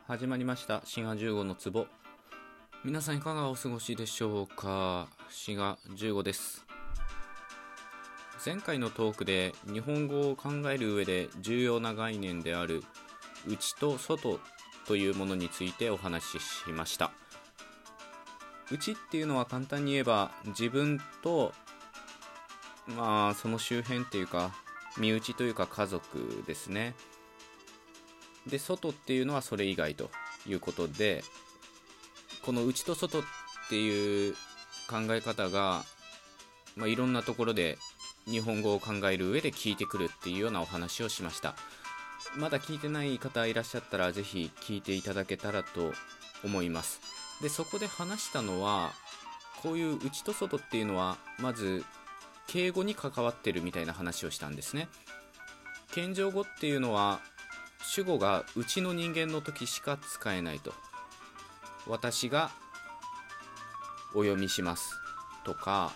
始まりました滋賀15の壺。皆さんいかがお過ごしでしょうか。滋賀15です。前回のトークで日本語を考える上で重要な概念である内と外というものについてお話ししました。内っていうのは簡単に言えば自分とその周辺っていうか身内というか家族ですね。で、外っていうのはそれ以外ということで、この内と外っていう考え方が、いろんなところで日本語を考える上で効いてくるっていうようなお話をしました。まだ聞いてない方いらっしゃったらぜひ聞いていただけたらと思います。で、そこで話したのは、こういう内と外っていうのはまず敬語に関わってるみたいな話をしたんですね。謙譲語っていうのは主語が内の人間の時しか使えないと。私がお読みしますとか、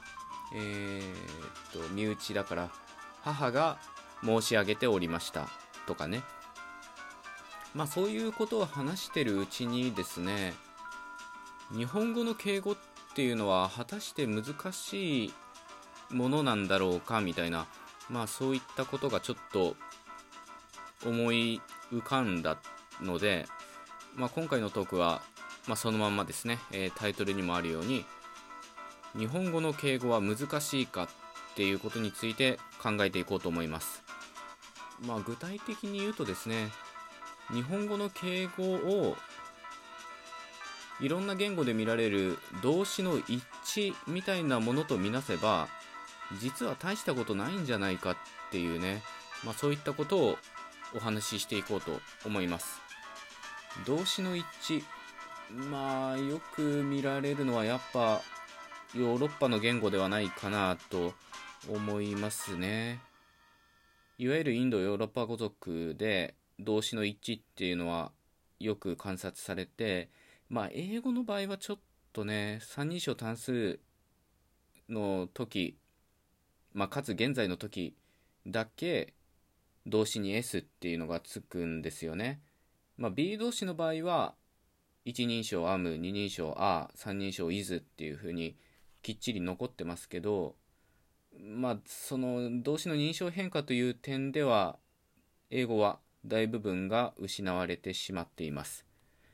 身内だから母が申し上げておりましたとかね。そういうことを話してるうちにですね、日本語の敬語っていうのは果たして難しいものなんだろうかみたいな、そういったことがちょっと思い浮かんだので、今回のトークは、そのまんまですね、タイトルにもあるように日本語の敬語は難しいかっていうことについて考えていこうと思います。具体的に言うとですね、日本語の敬語をいろんな言語で見られる動詞の一致みたいなものとみなせば実は大したことないんじゃないかっていうね、そういったことをお話ししていこうと思います。動詞の一致、よく見られるのはやっぱヨーロッパの言語ではないかなと思いますね。いわゆるインドヨーロッパ語族で動詞の一致っていうのはよく観察されて、英語の場合はちょっとね、三人称単数の時、かつ現在の時だけ動詞に S っていうのがつくんですよね。B 動詞の場合は一人称 am、二人称 are、三人称 is っていう風にきっちり残ってますけど、その動詞の認証変化という点では英語は大部分が失われてしまっています。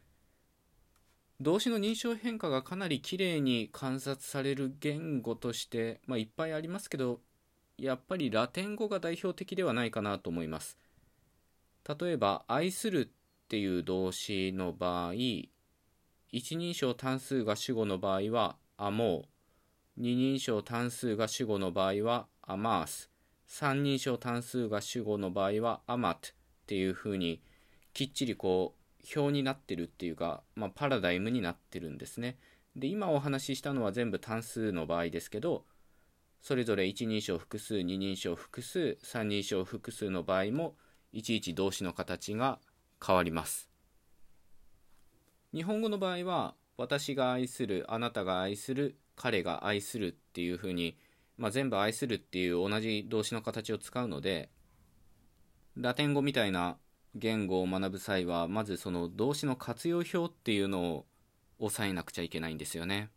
動詞の認証変化がかなりきれいに観察される言語として、いっぱいありますけど、やっぱりラテン語が代表的ではないかなと思います。例えば愛するっていう動詞の場合、一人称単数が主語の場合はアモー、二人称単数が主語の場合はアマース、三人称単数が主語の場合はアマトっていう風にきっちり表になってるっていうか、パラダイムになってるんですね。で、今お話ししたのは全部単数の場合ですけど、それぞれ一人称複数、二人称複数、三人称複数の場合もいちいち動詞の形が変わります。日本語の場合は私が愛する、あなたが愛する、彼が愛するっていう風に、全部愛するっていう同じ動詞の形を使うので、ラテン語みたいな言語を学ぶ際はまずその動詞の活用表っていうのを押さえなくちゃいけないんですよね。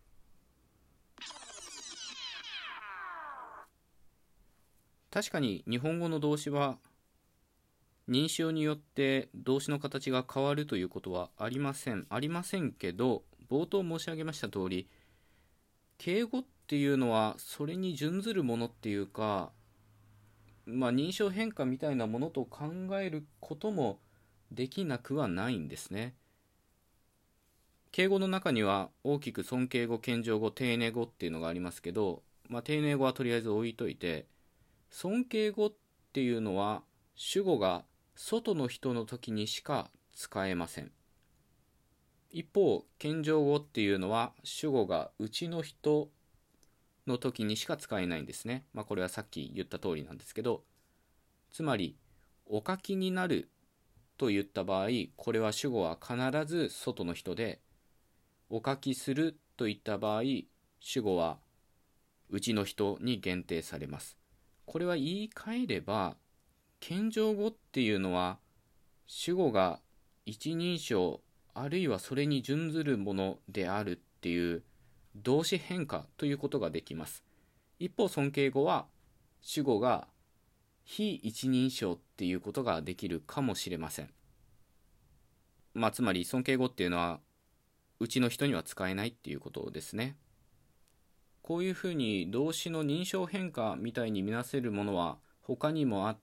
確かに日本語の動詞は認証によって動詞の形が変わるということはありませんけど、冒頭申し上げました通り、敬語っていうのはそれに準ずるものっていうか、認証変化みたいなものと考えることもできなくはないんですね。敬語の中には大きく尊敬語、謙譲語、丁寧語っていうのがありますけど、丁寧語はとりあえず置いといて、尊敬語っていうのは主語が外の人の時にしか使えません。一方、謙譲語っていうのは主語が内の人の時にしか使えないんですね。これはさっき言った通りなんですけど、つまりお書きになると言った場合、これは主語は必ず外の人で、お書きするといった場合、主語は内の人に限定されます。これは言い換えれば、謙譲語っていうのは主語が一人称あるいはそれに準ずるものであるっていう動詞変化ということができます。一方尊敬語は主語が非一人称っていうことができるかもしれません。つまり尊敬語っていうのはうちの人には使えないっていうことですね。こういうふうに動詞の認証変化みたいに見なせるものは他にもあって、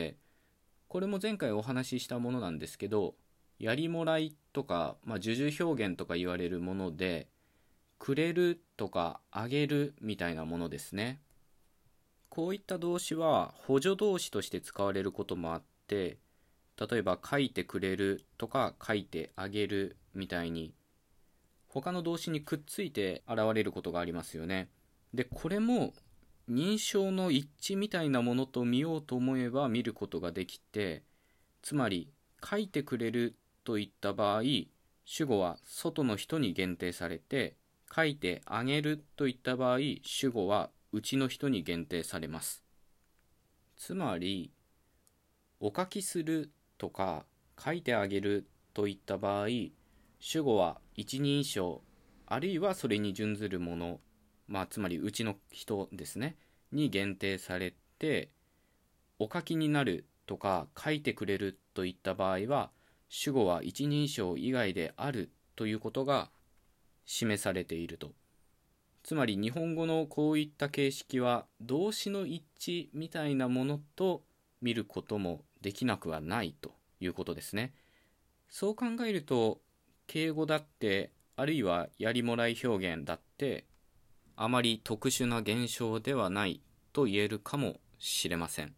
これも前回お話ししたものなんですけど、やりもらいとか、授受表現とか言われるもので、くれるとかあげるみたいなものですね。こういった動詞は補助動詞として使われることもあって、例えば書いてくれるとか書いてあげるみたいに他の動詞にくっついて現れることがありますよね。で、これも認証の一致みたいなものと見ようと思えば見ることができて、つまり書いてくれるといった場合、主語は外の人に限定されて、書いてあげるといった場合、主語はうちの人に限定されます。つまりお書きするとか書いてあげるといった場合、主語は一人称あるいはそれに準ずるもの、つまりうちの人ですねに限定されて、お書きになるとか書いてくれるといった場合は主語は一人称以外であるということが示されていると。つまり日本語のこういった形式は動詞の一致みたいなものと見ることもできなくはないということですね。そう考えると敬語だってあるいはやりもらい表現だってあまり特殊な現象ではないと言えるかもしれません。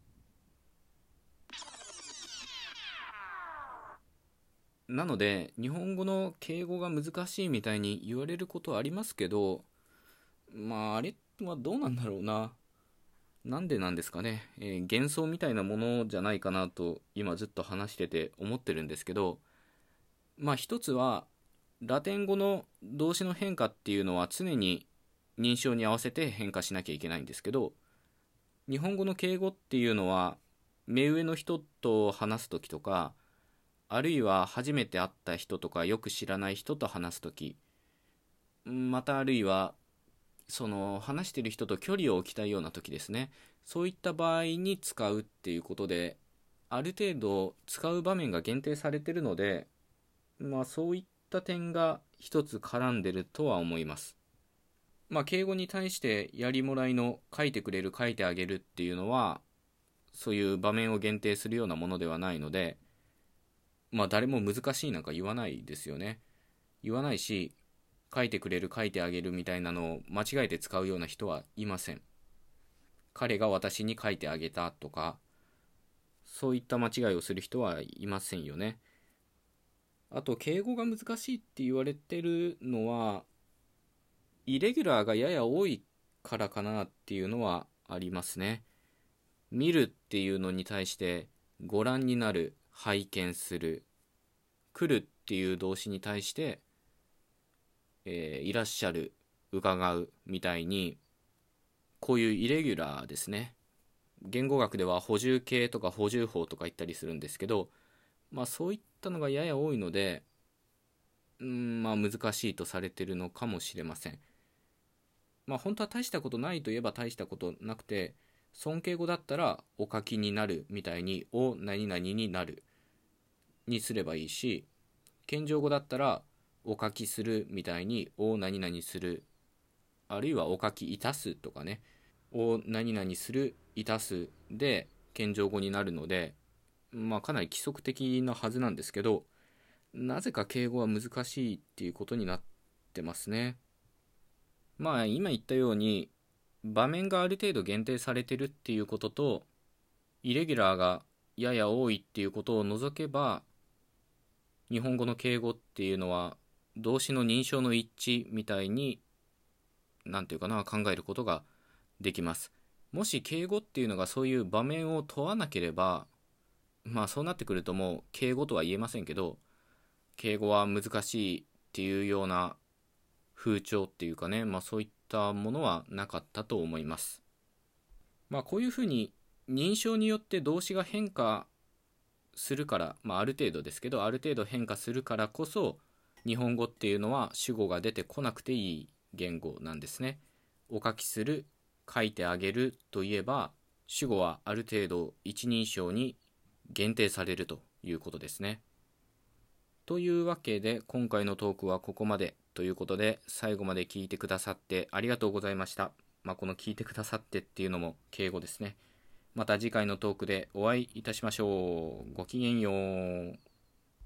なので日本語の敬語が難しいみたいに言われることはありますけど、あれはどうなんだろうな。なんでなんですかね。幻想みたいなものじゃないかなと今ずっと話してて思ってるんですけど、一つはラテン語の動詞の変化っていうのは常に認証に合わせて変化しなきゃいけないんですけど、日本語の敬語っていうのは目上の人と話すときとか、あるいは初めて会った人とかよく知らない人と話すとき、またあるいはその話してる人と距離を置きたいような時ですね。そういった場合に使うっていうことで、ある程度使う場面が限定されているので、そういった点が一つ絡んでるとは思います。敬語に対してやりもらいの書いてくれる書いてあげるっていうのはそういう場面を限定するようなものではないので、誰も難しいなんか言わないですよね。言わないし、書いてくれる書いてあげるみたいなのを間違えて使うような人はいません。彼が私に書いてあげたとか、そういった間違いをする人はいませんよね。あと敬語が難しいって言われてるのはイレギュラーがやや多いからかなっていうのはありますね。見るっていうのに対してご覧になる、拝見する、来るっていう動詞に対していらっしゃる、伺うみたいに、こういうイレギュラーですね。言語学では補充形とか補充法とか言ったりするんですけど、そういったのがやや多いので、難しいとされているのかもしれません。本当は大したことないといえば大したことなくて、尊敬語だったらお書きになるみたいにお何々になるにすればいいし、謙譲語だったらお書きするみたいにお何々する、あるいはお書きいたすとかね、お何々するいたすで謙譲語になるので、かなり規則的なはずなんですけど、なぜか敬語は難しいっていうことになってますね。今言ったように場面がある程度限定されてるっていうことと、イレギュラーがやや多いっていうことを除けば、日本語の敬語っていうのは動詞の認証の一致みたいに考えることができます。もし敬語っていうのがそういう場面を問わなければ、そうなってくるともう敬語とは言えませんけど、敬語は難しいっていうような風潮っていうかね、そういったものはなかったと思います。こういうふうに認証によって動詞が変化するから、ある程度ですけど、ある程度変化するからこそ、日本語っていうのは主語が出てこなくていい言語なんですね。お書きする、書いてあげるといえば、主語はある程度一人称に限定されるということですね。というわけで、今回のトークはここまでということで、最後まで聞いてくださってありがとうございました。この聞いてくださってっていうのも敬語ですね。また次回のトークでお会いいたしましょう。ごきげんよう。